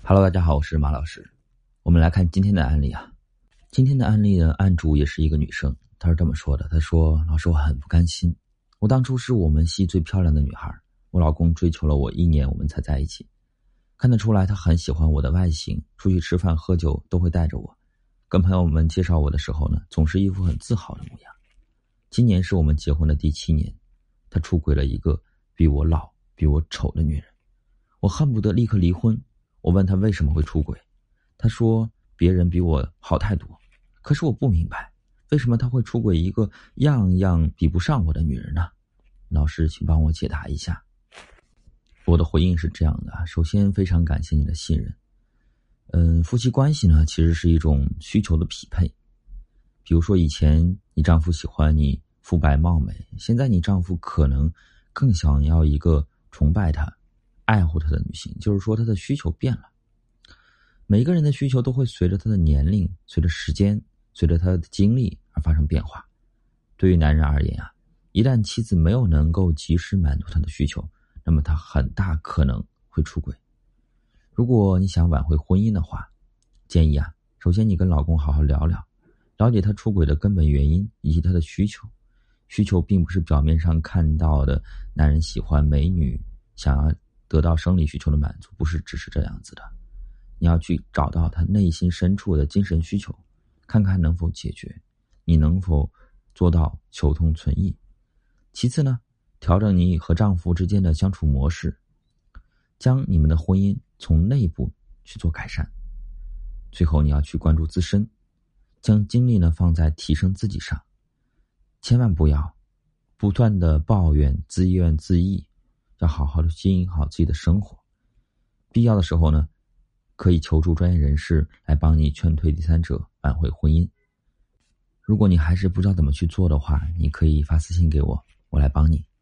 Hello， 大家好，我是马老师。我们来看今天的案例啊。今天的案例呢，案主也是一个女生，她是这么说的：她说，老师，我很不甘心。我当初是我们系最漂亮的女孩，我老公追求了我1年，我们才在一起。看得出来他很喜欢我的外形，出去吃饭喝酒都会带着我，跟朋友们介绍我的时候呢，总是一副很自豪的模样。今年是我们结婚的第7年，他出轨了一个比我老比我丑的女人，我恨不得立刻离婚。我问他为什么会出轨，他说别人比我好太多，可是我不明白为什么他会出轨一个样样比不上我的女人呢？老师请帮我解答一下。我的回应是这样的，首先非常感谢你的信任。夫妻关系呢，其实是一种需求的匹配。比如说以前你丈夫喜欢你肤白貌美，现在你丈夫可能更想要一个崇拜他爱护他的女性，就是说他的需求变了。每一个人的需求都会随着他的年龄，随着时间，随着他的经历而发生变化。对于男人而言啊，一旦妻子没有能够及时满足他的需求，那么他很大可能会出轨。如果你想挽回婚姻的话，建议啊，首先你跟老公好好聊聊，了解他出轨的根本原因以及他的需求。需求并不是表面上看到的男人喜欢美女，想要得到生理需求的满足，不是只是这样子的。你要去找到他内心深处的精神需求，看看能否解决，你能否做到求同存异。其次呢，调整你和丈夫之间的相处模式，将你们的婚姻从内部去做改善。最后你要去关注自身，将精力呢放在提升自己上，千万不要不断的抱怨自怨自艾，要好好的经营好自己的生活。必要的时候呢，可以求助专业人士来帮你劝退第三者，挽回婚姻。如果你还是不知道怎么去做的话，你可以发私信给我，我来帮你。